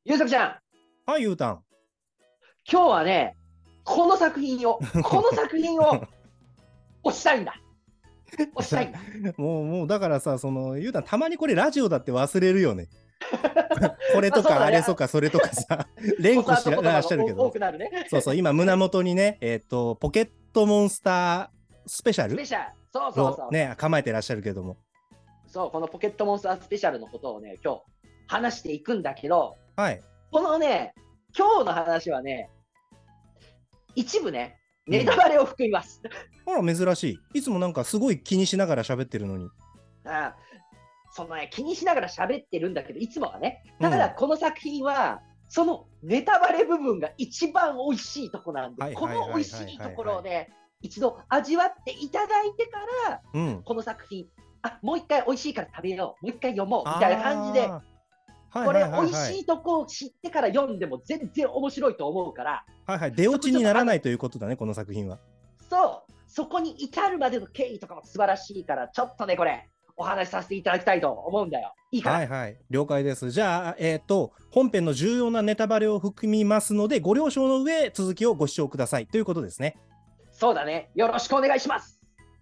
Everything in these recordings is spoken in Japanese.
ゆうさくちゃん、 はい、ゆうたん。 今日はね、この作品を推したいんだ。推したいんだ。 もう、だからさ、ゆうたん、たまにこれラジオだって忘れるよね。これまあとか、 そうだね。 あれとか、それとかさ、連呼ポサーしてらっト言葉がしゃるけど、 多くなるね。 そうそう、今、胸元にね、ポケットモンスタースペシャルスペシャル。そうそうをね、 そうそう。 構えてらっしゃるけども。 そう、このポケットモンスタースペシャルのことをね、今日話していくんだけど、 はい。 このね、今日の話はね、一部ね、ネタうん。 バレを含みます。 あら、珍しい。いつもなんかすごい気にしながら喋ってるのに。 あそのね、気にしながら喋ってるんだけど、いつもはね、ただうん。 この作品は、そのネタバレ部分が一番美味しいとこなんで、 はいこはいはいの美味しいとはいはいはい。 ころをね、一度味わっていただいてから、 うん。 この作品、もう一回美味しいから食べよう、もう一回読もう、みたいな感じで、 あー。はいはいこれ美味はいはい。 しいとこを知ってから読んでも全然面白いと思うから、 はいはい。出そこ落ちちょっと話にならないということだね、この作品は。 そこに至るまでの経緯とかも素晴らしいから、ちょっとね、これ、お話しさせていただきたいと思うんだよ。いいかな。 はいはい。了解です。じゃあ、本編の重要なネタバレを含みますので、ご了承の上、続きをご視聴くださいということですね。 そうだね。よろしくお願いします。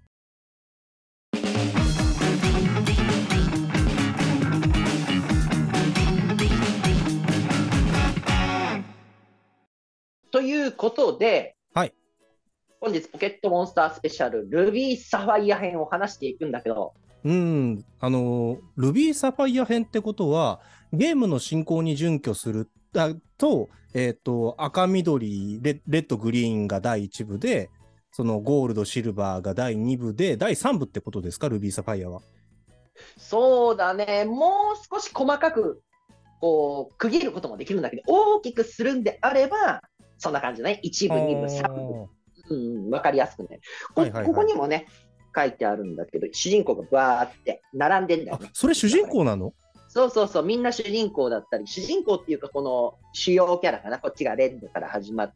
ということで、 はい。 本日ポケットモンスタースペシャルルビーサファイア編を話していくんだけど、 ルビーサファイア編ってことは、ゲームの進行に準拠すると、赤緑レッド、グリーンが第1部で、そのゴールド、シルバーが第2部で、第3部ってことですか、ルビーサファイアは。 そうだね、もう少し細かくこう区切ることもできるんだけど、大きくするんであれば、そんな感じだね。1 あ部、2部、3部。 ー。 わかりやすくね。こはいはいはい。 こにもね、書いてあるんだけど、主人公がバーって並んでんだよあ、 ね。 それ主人実はこれ。 公なの？ そうそうそう、みんな主人公だったり、主人公っていうか、この主要キャラかな、こっちがレッドから始まって、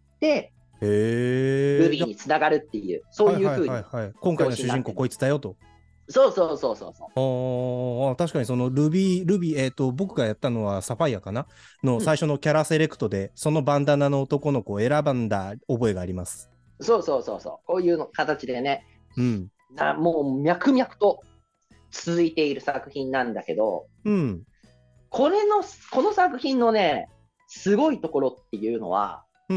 ルへえ。 ビーにつながるっていう、そうはいはいいう風にはいはい。今回の表紙になってる。 主人公こいつだよと。 そうそうそうそうそう。 確かにそのルビー、僕がやったのはサファイアかなのうん、 最初のキャラセレクトで、そのバンダナの男の子を選んだ覚えがあります。 そうそうそうそう。こういうの形でね、 うん。 もう脈々と続いている作品なんだけど、 うん。 この作品のね、すごいところっていうのは、 うん。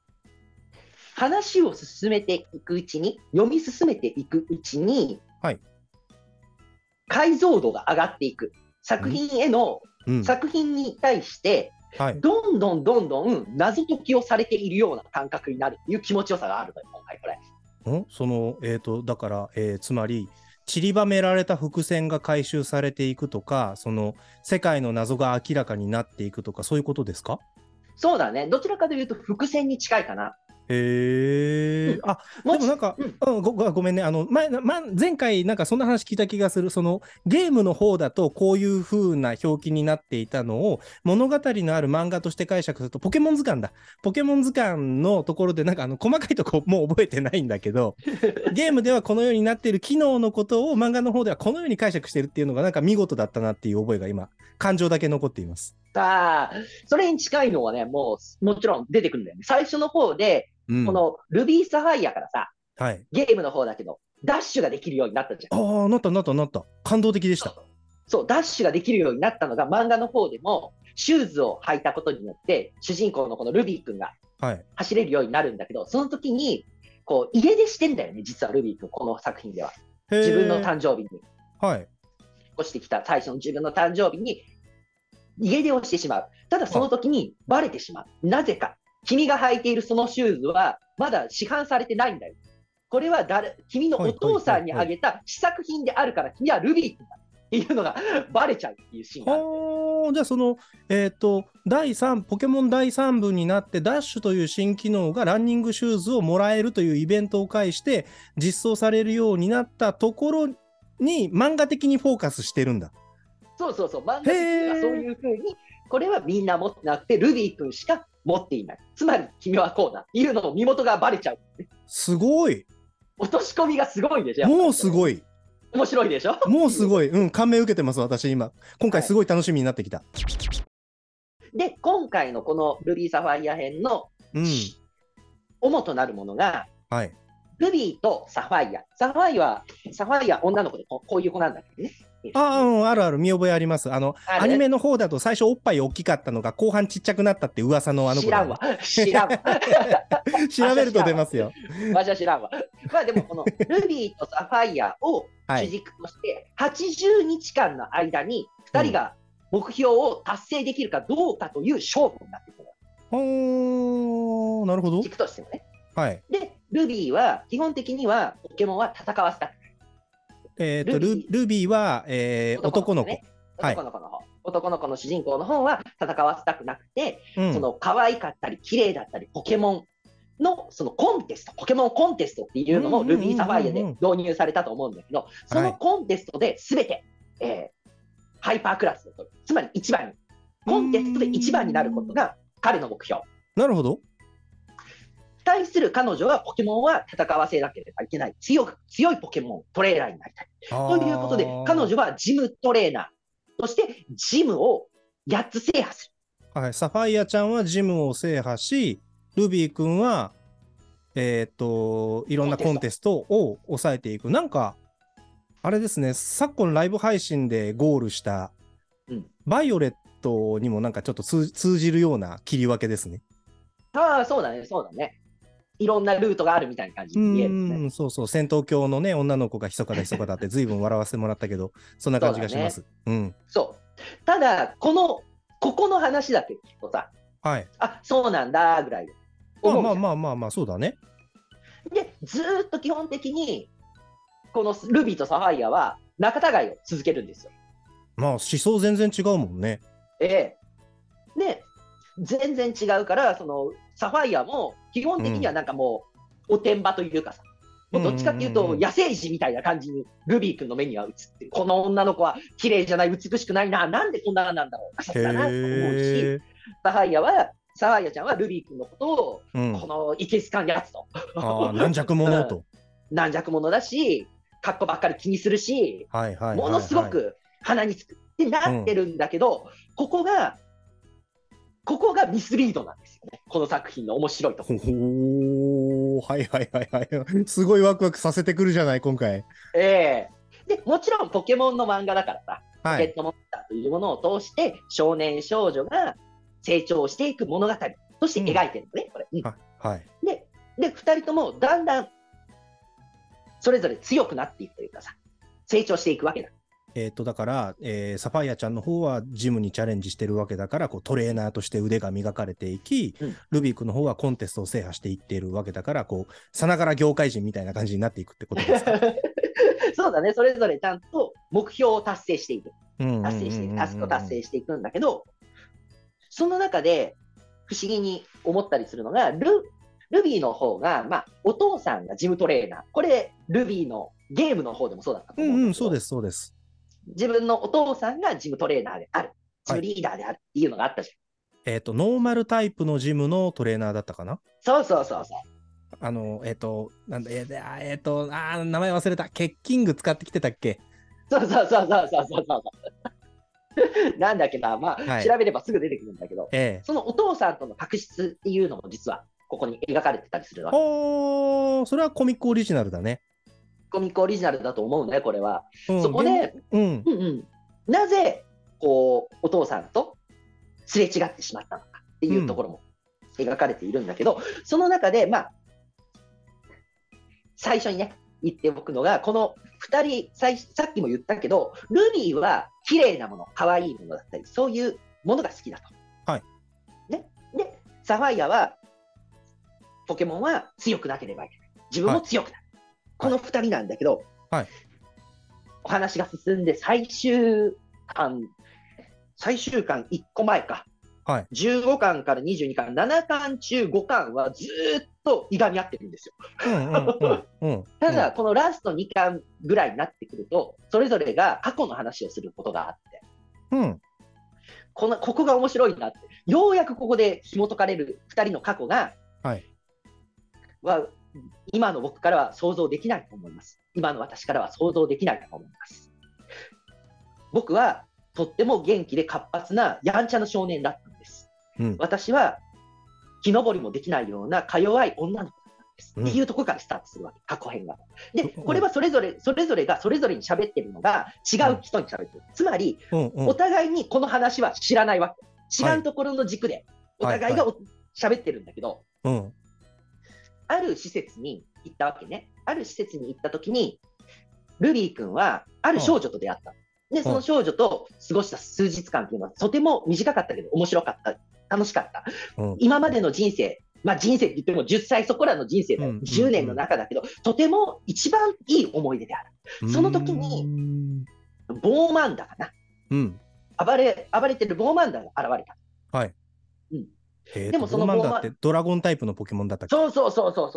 話を進めていくうちに、読み進めていくうちに、 はい。 解像度が上がっていく。 うん。うん。 作品に対して、 はい。 どんどん謎解きをされているような感覚になるっていう気持ちよさがあるのよ、今回これ。 だから、つまり、散りばめられた伏線が回収されていくとか、その、世界の謎が明らかになっていくとか、そういうことですか？ そうだね。どちらかというと伏線に近いかな。うん。 へえ。あ、でもち、 もなんか、 うん。 ごめんね。前回なんかそんな話聞いた気がする。そのゲームの方だとこういう風な表記になっていたのを物語のある漫画として解釈するとポケモン図鑑だ。ポケモン図鑑のところでなんか細かいとこもう覚えてないんだけど、ゲームではこのようになっている機能のことを漫画の方ではこのように解釈しているっていうのがなんか見事だったなっていう覚えが今、感情だけ残っています。 さあ、それに近いのはね、もちろん出てくるんだよね。最初の方で、 うん。 このルビーサファイアからさ、 はい。 ゲームの方だけど、ダッシュができるようになったじゃん。 ああ、なったなったなった。感動的でした。 そう、ダッシュができるようになったのが漫画の方でも、シューズを履いたことによって、主人公のこのルビー君がはい。 走れるようになるんだけど、その時に、こう、家出してんだよね、実はルビー君、この作品では。 へ自分のえ。 誕生日に、 はい。 越してきた最初の自分の誕生日に、家出をしてしまう。ただそのあ、 時にバレてしまう。なぜか。君が履いているそのシューズは、まだ市販されてないんだよ。これは君のおはいはい父さんにはいはい。 あげた試作品であるから、君はルビー君だ。っていうのがバレちゃうっていうシーンがあるんだよね。 はあ、じゃあポケモン第3部になって、ダッシュという新機能がランニングシューズをもらえるというイベントを介して実装されるようになったところに漫画的にフォーカスしてるんだ。 そうそうそう。漫へ画的にはそうえ、 いうふうに、これはみんな持ってなくて、ルビー君しか持っていない。つまり、君はこうだ。っていうのも身元がバレちゃう。 すごい。 落とし込みがすごいんでしょ、やっぱもうりこれ。 すごい。 面白いでしょっていう。 もうすごい。うん、感銘受けてます、私今。今回はい。 すごい楽しみになってきた。 で、今回のこのルビーサファイア編のうん。 主となるものが、 はい。 ルビーとサファイア。サファイア女の子でこういう子なんだけどね。 あるある、見覚えあります。アニメの方だと最初おっぱい大きかったのが後半ちっちゃくなったって噂のあの子だね。 知らんわ。 調べると出ますよ。 わしは知らんわ。まあでもこのルビーとサファイアをはい。 主軸として80日間の間に2人が目標を達成できるかどうかという勝負になってくる。 ほー、なるほど。 軸としてもね。 はい。 で、ルビーは基本的にはポケモンは戦わせたくない。 ルビーは、男の子。はい。 男の子の主人公の方は戦わせたくなくて、 うんその可愛かったり綺麗だったりポケモンのそのコンテスト、ポケモンコンテストっていうのもルビーサファイアで導入されたと思うんだけど、そのコンテストで全て、ハイパークラスを取る。つまり一番に、コンテストで一番になることが彼の目標。 なるほど。 対する彼女はポケモンは戦わせなければいけない。強いポケモントレーナーになりたい。ということで、彼女はジムトレーナーとしてジムを8つ制覇する。はい。サファイアちゃんはジムを制覇し、ルビー君は、いろんなコンテストを抑えていく。なんか、あれですね、昨今ライブ配信でゴールした、バイオレットにもなんかちょっと通じるような切り分けですね。 ああ、そうだね、そうだね。いろんなルートがあるみたいな感じに見えるね。 そうそう、戦闘狂のね、女の子が密かだって随分笑わせてもらったけど、そんな感じがします。 そう。ただ、ここの話だけ聞くとさ、 はい。 あ、そうなんだ、ぐらいで。 まあ、そうだね。 で、ずーっと基本的に、このルビーとサファイアは仲違いを続けるんですよ。 まあ、思想全然違うもんね。 で、全然違うから、そのサファイアも基本的にはなんかもう、おてんばというかさ、どっちかっていうと、野生児みたいな感じにルビー君の目には映ってる。この女の子は綺麗じゃない、美しくないな、なんでこんななんだろう、さすがなと思うし、サファイアちゃんはルビー君のことを、このいけすかんやつと。 軟弱者と。 軟弱者だし、格好ばっかり気にするし、ものすごく鼻につくってなってるんだけど、ここがミスリードなんですよね。この作品の面白いところ。 はい。すごいワクワクさせてくるじゃない、今回。 で、もちろんポケモンの漫画だからさ、ポケットモンスターというものを通して、少年少女が成長していく物語として描いてるのね、これ。で、2人ともだんだん、それぞれ強くなっていくというかさ、成長していくわけだ。 だから、サファイアちゃんの方はジムにチャレンジしてるわけだから、こうトレーナーとして腕が磨かれていき、ルビー君の方はコンテストを制覇していっているわけだから、こう、さながら業界人みたいな感じになっていくってことですか？ そうだね、それぞれちゃんと目標を達成していく。タスクを達成していくんだけど、その中で不思議に思ったりするのが、ルビーの方が、まあ、お父さんがジムトレーナー。これ、ルビーのゲームの方でもそうだったと思うんですけど。 そうです。 自分のお父さんがジムトレーナーである。ジムリーダーであるっていうのがあったじゃん。ノーマルタイプのジムのトレーナーだったかな？ そう。 なんだ、名前忘れた。ケッキング使ってきてたっけ？ そう。なんだっけな、まあ、調べればすぐ出てくるんだけど、そのお父さんとの確執っていうのも実はここに描かれてたりするわけ。 それはコミックオリジナルだね。 コミックオリジナルだと思うね、これは。そこで、なぜこうお父さんとすれ違ってしまったのかっていうところも描かれているんだけど、その中で、まあ、最初にね、言っておくのが、この2人、さっきも言ったけど、ルビーは綺麗なもの、可愛いものだったり、そういうものが好きだと。で、サファイアは、ポケモンは強くなければいけない。自分も強くなる。この2人なんだけど、お話が進んで最終巻1個前か、15巻から22巻、7巻中5巻はずっといがみ合ってるんですよ。ただ、このラスト2巻ぐらいになってくると、それぞれが過去の話をすることがあって、ここが面白いなって、ようやくここで紐解かれる2人の過去が、今の僕からは想像できないと思います。今の私からは想像できないと思います。僕はとっても元気で活発なやんちゃな少年だったんです。 私は木登りもできないようなか弱い女の子だったんです、っていうところからスタートするわけ、過去編が。で、これはそれぞれがそれぞれに喋ってるのが違う人に喋ってる。つまり、お互いにこの話は知らないわけ。違うところの軸でお互いが喋ってるんだけど、ある施設に行ったわけね。ある施設に行った時に、ルビー君はある少女と出会った。で、その少女と過ごした数日間っていうのはとても短かったけど面白かった。楽しかった。今までの人生、人生って言っても10歳そこらの人生だよ。10年の中だけど、とても一番いい思い出である。その時に、ボーマンダかな。暴れてるボーマンダが現れた。 はい。でもそのボーマンダってドラゴンタイプのポケモンだったっけ？ そう。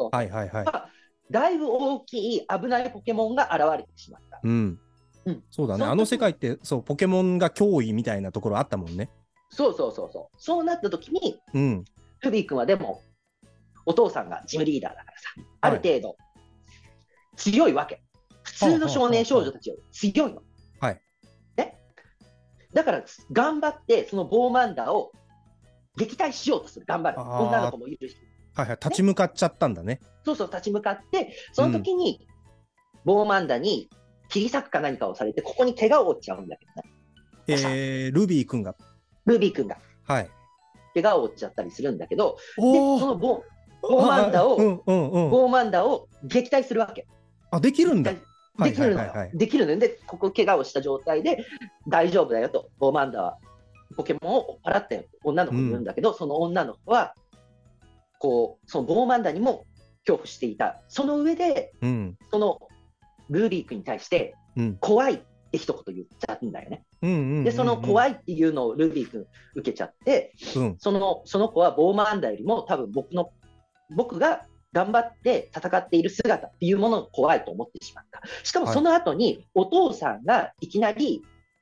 はいはいはい。 だいぶ大きい危ないポケモンが現れてしまった。 そうだね。あの世界ってそうポケモンが脅威みたいなところあったもんね。 そうなった時に、ルビー君はでもお父さんがジムリーダーだからさ、ある程度強いわけ。普通の少年少女たちより強いの。ね。だから頑張ってそのボーマンダを撃退しようとする。頑張る。女の子もいるし。 立ち向かっちゃったんだね。 立ち向かって、その時に、ボーマンダに切り裂くか何かをされて、ここに怪我を負っちゃうんだけどね。ルビー君が。 怪我を負っちゃったりするんだけど、で、そのボーマンダを撃退するわけ。 できるんだ。 できるのよ。できるので、ここ怪我をした状態で大丈夫だよと、ボーマンダはポケモンを追っ払ったよって女の子に言うんだけど、その女の子は、そのボーマンダにも恐怖していた。その上で、そのルビー君に対して、怖いって一言言っちゃうんだよね。で、その怖いっていうのをルビー君受けちゃって、その子はボーマンダよりも多分僕が頑張って戦っている姿っていうものが怖いと思ってしまった。しかもその後にお父さんがいきなり、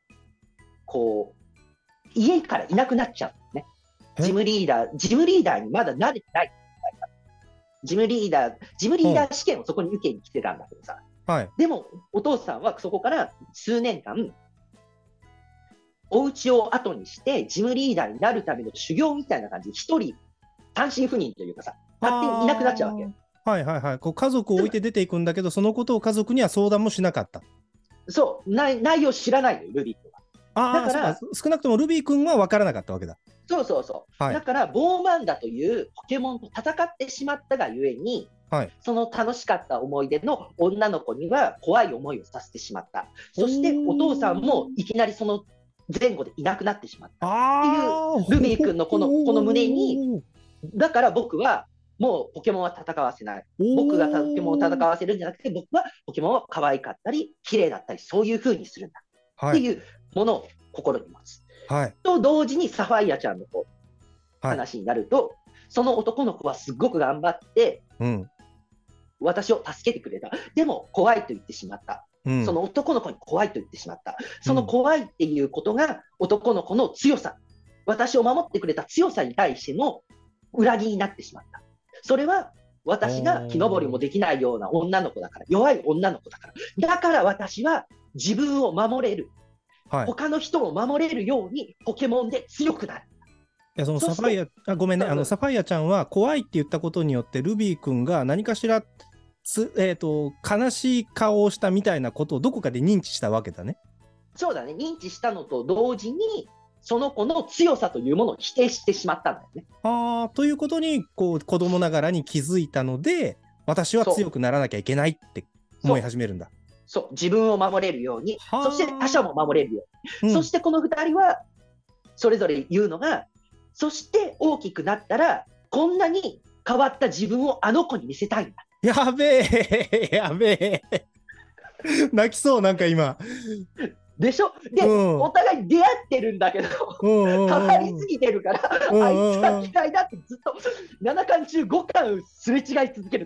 家からいなくなっちゃうね。ジムリーダーにまだ慣れてない。ジムリーダー試験をそこに受けに来てたんだけどさ。でも、お父さんはそこから数年間、お家を後にして、ジムリーダーになるための修行みたいな感じで、一人、単身赴任というかさ、勝手にいなくなっちゃうわけ。 家族を置いて出ていくんだけど、そのことを家族には相談もしなかった。 そう、内容知らないのよ、ルビー君は。 だから少なくともルビー君は分からなかったわけだ。 だからボーマンダというポケモンと戦ってしまったがゆえに、その楽しかった思い出の女の子には怖い思いをさせてしまった。そしてお父さんもいきなりその前後でいなくなってしまったっていうルビー君のこの胸に、だから僕はもうポケモンは戦わせない。僕がポケモンを戦わせるんじゃなくて、僕はポケモンは可愛かったり綺麗だったり、そういう風にするんだっていうものを心に持つ。と同時にサファイアちゃんの話になると、その男の子はすごく頑張って、私を助けてくれた。でも怖いと言ってしまった。その男の子に怖いと言ってしまった。その怖いっていうことが男の子の強さ、私を守ってくれた強さに対しての裏切りになってしまった。それは私が木登りもできないような女の子だから、弱い女の子だから。だから私は自分を守れる。他の人を守れるようにポケモンで強くなる。 いや、そのサファイア、ごめんね、サファイアちゃんは怖いって言ったことによって、ルビー君が何かしら悲しい顔をしたみたいなことをどこかで認知したわけだね。 そうだね、認知したのと同時に、その子の強さというものを否定してしまったんだよね。 ということに子供ながらに気づいたので、私は強くならなきゃいけないって思い始めるんだ。 そう、自分を守れるように、そして他者も守れるように、そしてこの2人はそれぞれ言うのが、そして大きくなったらこんなに変わった自分をあの子に見せたいんだ。 やべえ泣きそう、なんか今でしょ。で、お互い出会ってるんだけど、変わりすぎてるから、あいつが嫌いだってずっと7巻中5巻すれ違い続ける。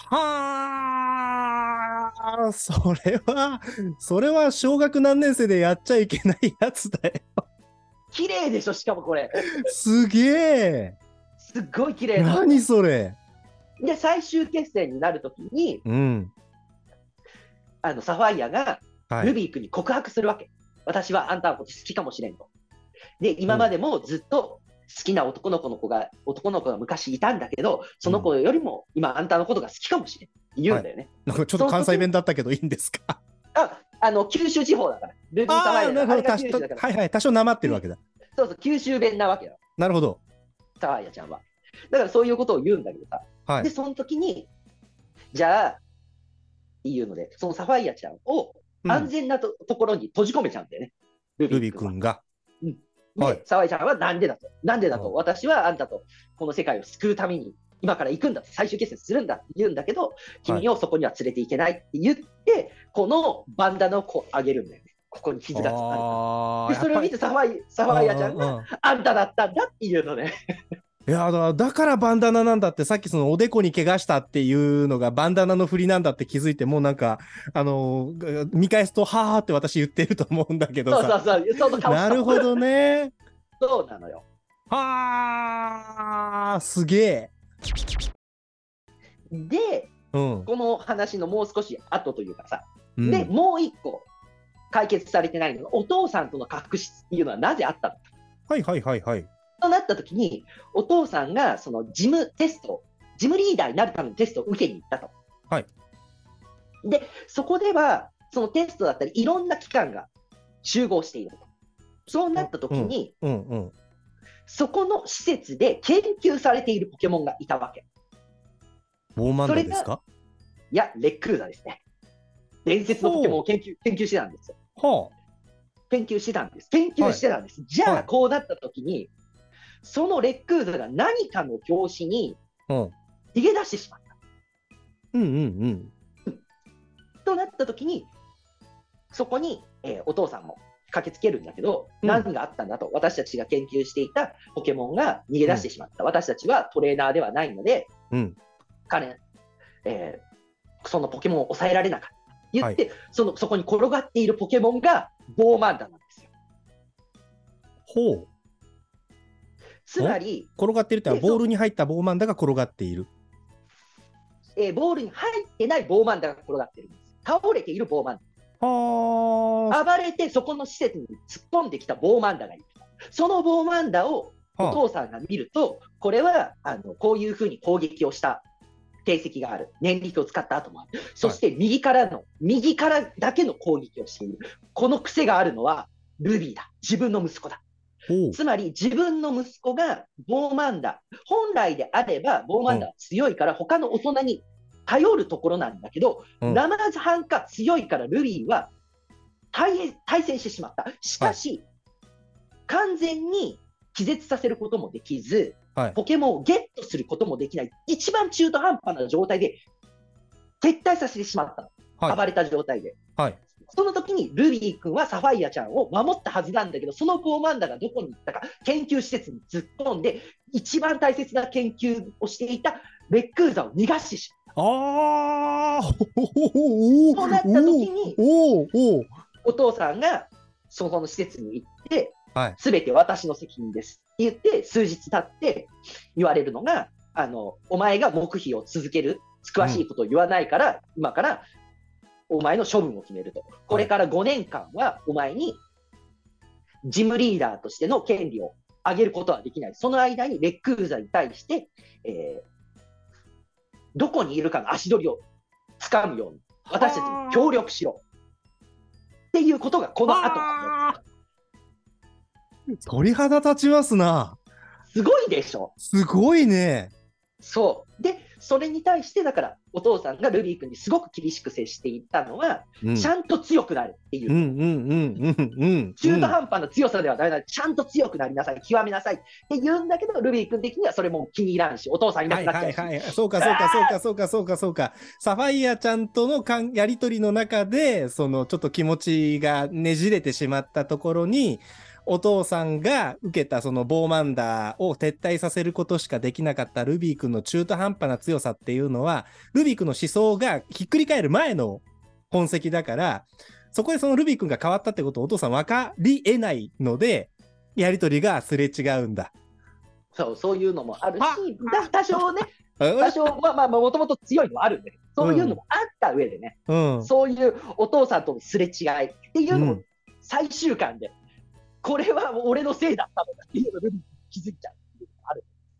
それは小学何年生でやっちゃいけないやつだよ。 綺麗でしょ、しかもこれ。 すげえ。 すっごい綺麗。 何それ。 で、最終決戦になるときに、サファイアがルビー君に告白するわけ。私はあんたのこと好きかもしれんと。で、今までもずっときな男の子が昔いたんだけど、その子よりも今あんたのことが好きかもしれんって言うんだよね。 なんかちょっと関西弁だったけどいいんですか？ 九州地方だから。ルビーサファイアだから。あれが九州だから。 はいはい、多少なまってるわけだ。 そうそう、九州弁なわけよ。 なるほど。 サファイアちゃんは。だからそういうことを言うんだけどさ。はい、で、その時に、じゃあ、っていうので、そのサファイアちゃんを安全なところに閉じ込めちゃうんだよね。 ルビー君が。 で、はい、サファイアちゃんはなんでだと、私はあんたとこの世界を救うために今から行くんだと、最終決戦するんだって言うんだけど、君をそこには連れて行けないって言って、このバンダナをこう上げるんだよね。ここに傷がつかれて。で、それを見てサファイアちゃんがあんただったんだっていうのね。 いやだからバンダナなんだって、さっきそのおでこに怪我したっていうのがバンダナの振りなんだって気づいて、もうなんか見返すとはーって私言ってると思うんだけどさ。 そうなるほどね。 そうなのよ。 はー、すげえ。 で、この話のもう少し後というかさ、でもう一個解決されてないのが、お父さんとの確執っていうのはなぜあったのか。 はいはいはいはい。 となった時に、お父さんがその事務リーダーになるためのテストを受けに行ったと。 はい。 で、そこでは、そのテストだったり、いろんな機関が集合していると。そうなった時に、そこの施設で研究されているポケモンがいたわけ。 ボーマンダですか？ いや、レックーザですね。伝説のポケモンを研究してたんですよ。研究してたんです。じゃあ、こうなった時に、そのレックーザが何かの拍子に逃げ出してしまった。となった時に、そこに、お父さんも駆けつけるんだけど、何があったんだと、私たちが研究していたポケモンが逃げ出してしまった。私たちはトレーナーではないので、そのポケモンを抑えられなかった。言って、そこに転がっているポケモンがボーマンダなんですよ。 ほう。 つまり、 転がっているってのはボールに入ったボーマンダが転がっている。 ボールに入ってないボーマンダが転がっているんです。倒れているボーマンダ。暴れてそこの施設に突っ込んできたボーマンダがいる。そのボーマンダをお父さんが見ると、これはこういうふうに攻撃をした形跡がある。念力を使った後もある。そして右からだけの攻撃をしている。この癖があるのはルビーだ。自分の息子だ。つまり自分の息子がボーマンダ、本来であればボーマンダは強いから他の大人に頼るところなんだけど、ナマズハンカ強いからルビーは対戦してしまった。しかし、完全に気絶させることもできず、ポケモンをゲットすることもできない、一番中途半端な状態で撤退させてしまったの。暴れた状態で。その時にルビー君はサファイアちゃんを守ったはずなんだけど、そのボーマンダがどこに行ったか、研究施設に突っ込んで、一番大切な研究をしていたレックーザを逃がしてしまった。そうなった時に、お父さんがそこの施設に行って、すべて私の責任ですって言って、数日経って言われるのが、お前が黙秘を続ける、詳しいことを言わないから、今からお前の処分を決めると。これから5年間はお前にジムリーダーとしての権利をあげることはできない。その間にレックーザに対して、どこにいるかの足取りをつかむように私たちに協力しろっていうことがこの後鳥肌立ちますな。 すごいでしょ。 すごいね。 そうで、それに対してだからお父さんがルビー君にすごく厳しく接していったのは、ちゃんと強くなるっていう、中途半端な強さではダメだ、ちゃんと強くなりなさい、極めなさいって言うんだけど、ルビー君的にはそれも気に入らんし、お父さんいなくなっちゃうし、 そうか。サファイアちゃんとのやり取りの中で、そのちょっと気持ちがねじれてしまったところに、お父さんが受けたそのボーマンダーを撤退させることしかできなかったルビー君の中途半端な強さっていうのは、ルビー君の思想がひっくり返る前の痕跡だから、そこでそのルビー君が変わったってことをお父さん分かり得ないので、やり取りがすれ違うんだ。 そういうのもあるし、多少ね、もともと強いのはあるんで、そういうのもあった上でね、そういうお父さんとのすれ違いっていうのを最終巻で、これは俺のせいだったのかっていうのをルビー気づいちゃう。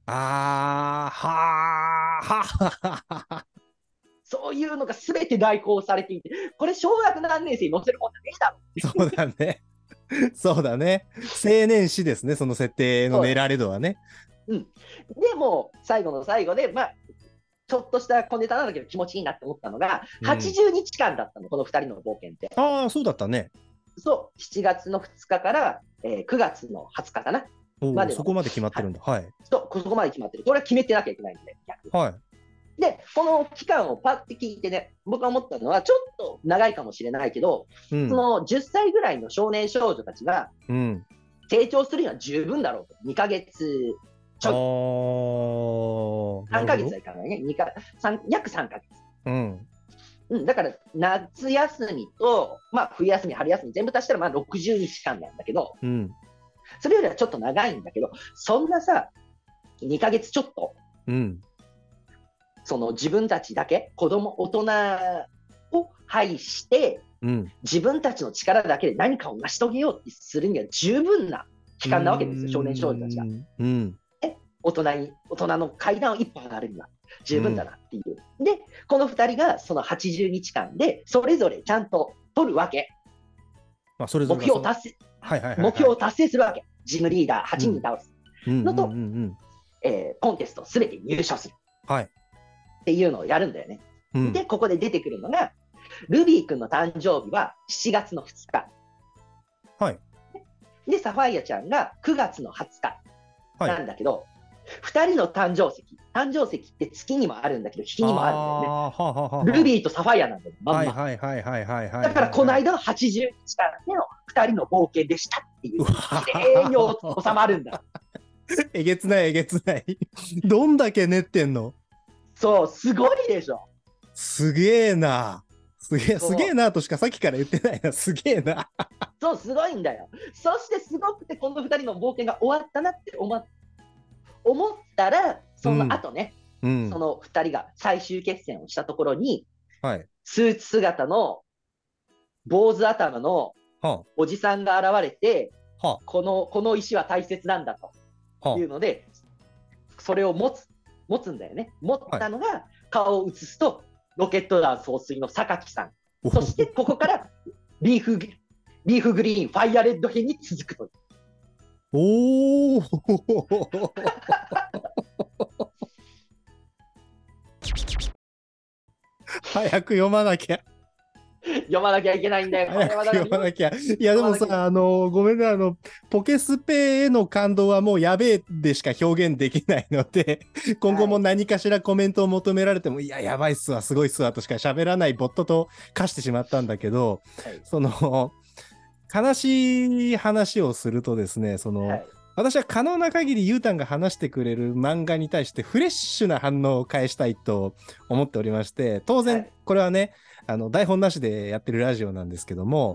あー、はー、はははは。 そういうのが全て代行されていて、これ小学何年生に載せるもんじゃねえだろ。 そうだね。そうだね。青年誌ですね、その設定の練られ度はね。 うん。でも、最後の最後で、まあ、ちょっとした小ネタなんだけど気持ちいいなって思ったのが、 うん、 80日間だったの、この2人の冒険って。 ああ、そうだったね。 そう、7月の2日から、9月の20日かな。までそこまで決まってるんだ。はい。 そう、そこまで決まってる。これは決めてなきゃいけないんで、逆はい。 で、この期間をパッて聞いてね、僕が思ったのは、ちょっと長いかもしれないけど、 うん、 その10歳ぐらいの少年少女たちが成長するには十分だろうと。2ヶ月ちょい。3ヶ月はいかないね。約3ヶ月。 うんうん、だから夏休みと、まあ、冬休み、春休み全部足したらまあ60日間なんだけど、 うん、 それよりはちょっと長いんだけど、そんなさ、2ヶ月ちょっと、 うん、 その自分たちだけ、大人を排して、 うん、 自分たちの力だけで何かを成し遂げようってするには十分な期間なわけですよ、少年少女たちが。 うん、 大人の階段を一歩上がるには十分だなっていう。で、この2人がその80日間で、それぞれちゃんと取るわけ。 まあ、それぞれ目標を達成するわけ。ジムリーダー8人倒すのと、コンテストすべて入賞する。 はい。 っていうのをやるんだよね。で、ここで出てくるのが、ルビー君の誕生日は7月の2日。 はい。 で、サファイアちゃんが9月の20日なんだけど、2人の誕生石って月にもあるんだけど、日にもあるんだよね。ルビーとサファイアなんだよ、まんま。だから、この間の80日間での2人の冒険でしたっていう、きれいに収まるんだ。 えげつない、えげつない。どんだけ練ってんの？ そう、すごいでしょ。 すげえな。すげえなとしかさっきから言ってないな。すげえな。 そう、すごいんだよ。そしてすごくて、この2人の冒険が終わったなって思ったら、その後ね、その2人が最終決戦をしたところに、スーツ姿の坊主頭のおじさんが現れて、この石は大切なんだというので、それを持つんだよね。持ったのが顔を映すと、ロケット団総帥の榊さん。そしてここからリーフグリーン、ファイアレッド編に続くという。 おお早く読まなきゃ。 読まなきゃいけないんだよ。 読まなきゃ。いや、でもさ、ごめんね、ポケスペへの感動はもうやべえでしか表現できないので、今後も何かしらコメントを求められても、いや、やばいっすわ、すごいっすわ、としか喋らないボットと化してしまったんだけど、悲しい話をするとですね、私は可能な限りユータンが話してくれる漫画に対してフレッシュな反応を返したいと思っておりまして、当然これはね、台本なしでやってるラジオなんですけども、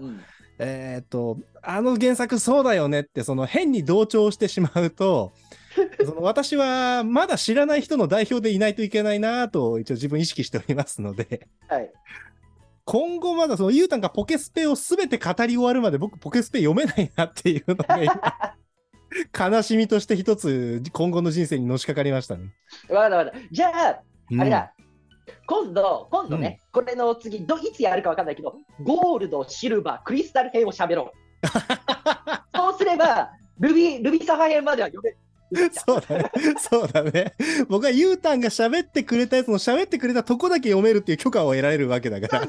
原作そうだよねって変に同調してしまうと私はまだ知らない人の代表でいないといけないなと一応自分意識しておりますので、今後まだユータンがポケスペを全て語り終わるまで僕ポケスペ読めないなっていうのが今悲しみとして一つ今後の人生にのしかかりましたね。 わかった。じゃあ、あれだ。今度ね、これの次、いつやるか分かんないけど、ゴールド、シルバー、クリスタル編を喋ろう。そうすれば、ルビーサファイアまでは読める。 そうだね。僕はユータンが喋ってくれたやつの喋ってくれたとこだけ読めるっていう許可を得られるわけだから。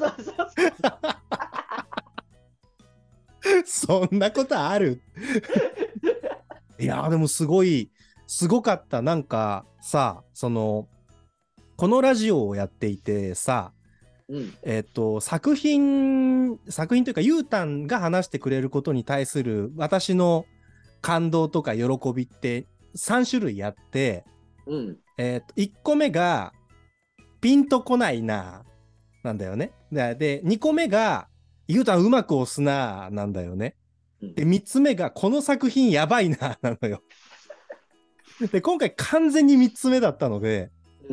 そんなことある？いやでもすごかった。なんかさ、このラジオをやっていてさ、作品というかユータンが話してくれることに対する私の感動とか喜びって3種類あって、1個目がピンとこないななんだよね。で2個目がユータンうまく押すななんだよね。で3つ目がこの作品やばいななのよ。で今回完全に3つ目だったので、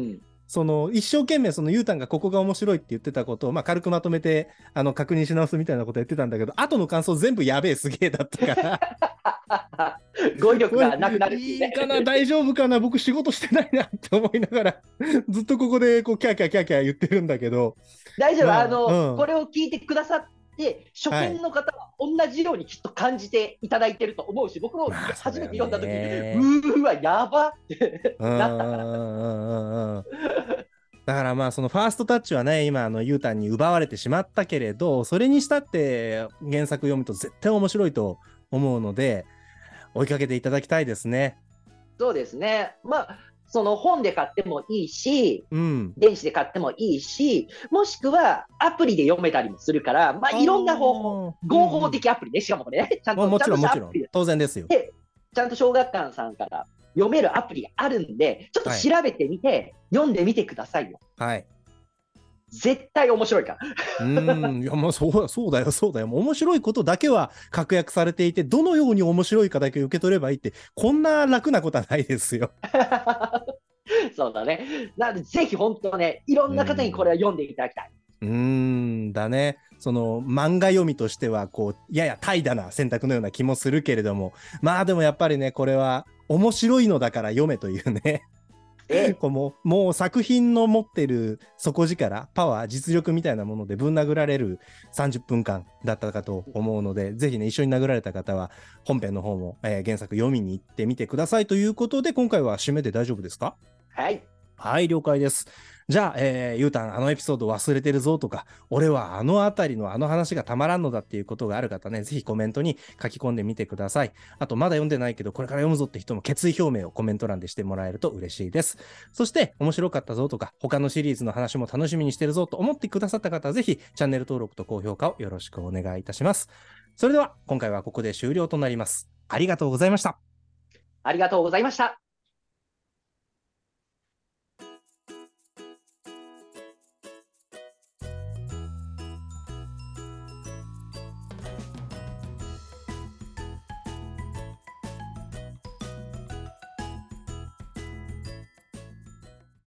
その一生懸命そのゆうたんがここが面白いって言ってたことを、まあ、軽くまとめて確認し直すみたいなこと言ってたんだけど、後の感想全部やべえすげえだったから語彙力がなくなる、ね、 いいかな、大丈夫かな、僕仕事してないなって思いながらずっとここでこうキャーキャーキャーキャー言ってるんだけど、 大丈夫、 まあこれを聞いてくださって初見の方は同じようにきっと感じていただいてると思うし、僕も初めて読んだ時に、うわやばってなったからだからまあそのファーストタッチはね、今ゆうたんに奪われてしまったけれど、それにしたって原作読むと絶対面白いと思うので追いかけていただきたいですね。 そうですね。まあその本で買ってもいいし、 うん、 電子で買ってもいいし、もしくはアプリで読めたりもするから、まあいろんな方法、合法的アプリね、しかもこれね、ちゃんともちろん当然ですよ。 でちゃんと小学館さんから読めるアプリがあるんで、ちょっと調べてみて、読んでみてくださいよ。 はい。 絶対面白いから。 いや、まあそうだよ、そうだよ。もう面白いことだけは確約されていて、どのように面白いかだけ受け取ればいいって、こんな楽なことはないですよ。 そうだね。なので、ぜひ本当ね、いろんな方にこれは読んでいただきたい。 だね。その漫画読みとしてはこうやや怠惰な選択のような気もするけれども、まあでもやっぱりね、これは面白いのだから読めというねこうもう作品の持ってる底力、パワー、実力みたいなものでぶん殴られる30分間だったかと思うので、ぜひね、一緒に殴られた方は本編の方も、原作読みに行ってみてくださいということで、今回は締めで大丈夫ですか？ はい。 はい、了解です。じゃあ、ゆうたん、エピソード忘れてるぞとか、俺はあたりの話がたまらんのだっていうことがある方ね、ぜひコメントに書き込んでみてください。あと、まだ読んでないけど、これから読むぞって人も決意表明をコメント欄でしてもらえると嬉しいです。そして、面白かったぞとか、他のシリーズの話も楽しみにしてるぞと思ってくださった方は、ぜひ、チャンネル登録と高評価をよろしくお願いいたします。それでは、今回はここで終了となります。ありがとうございました。 ありがとうございました。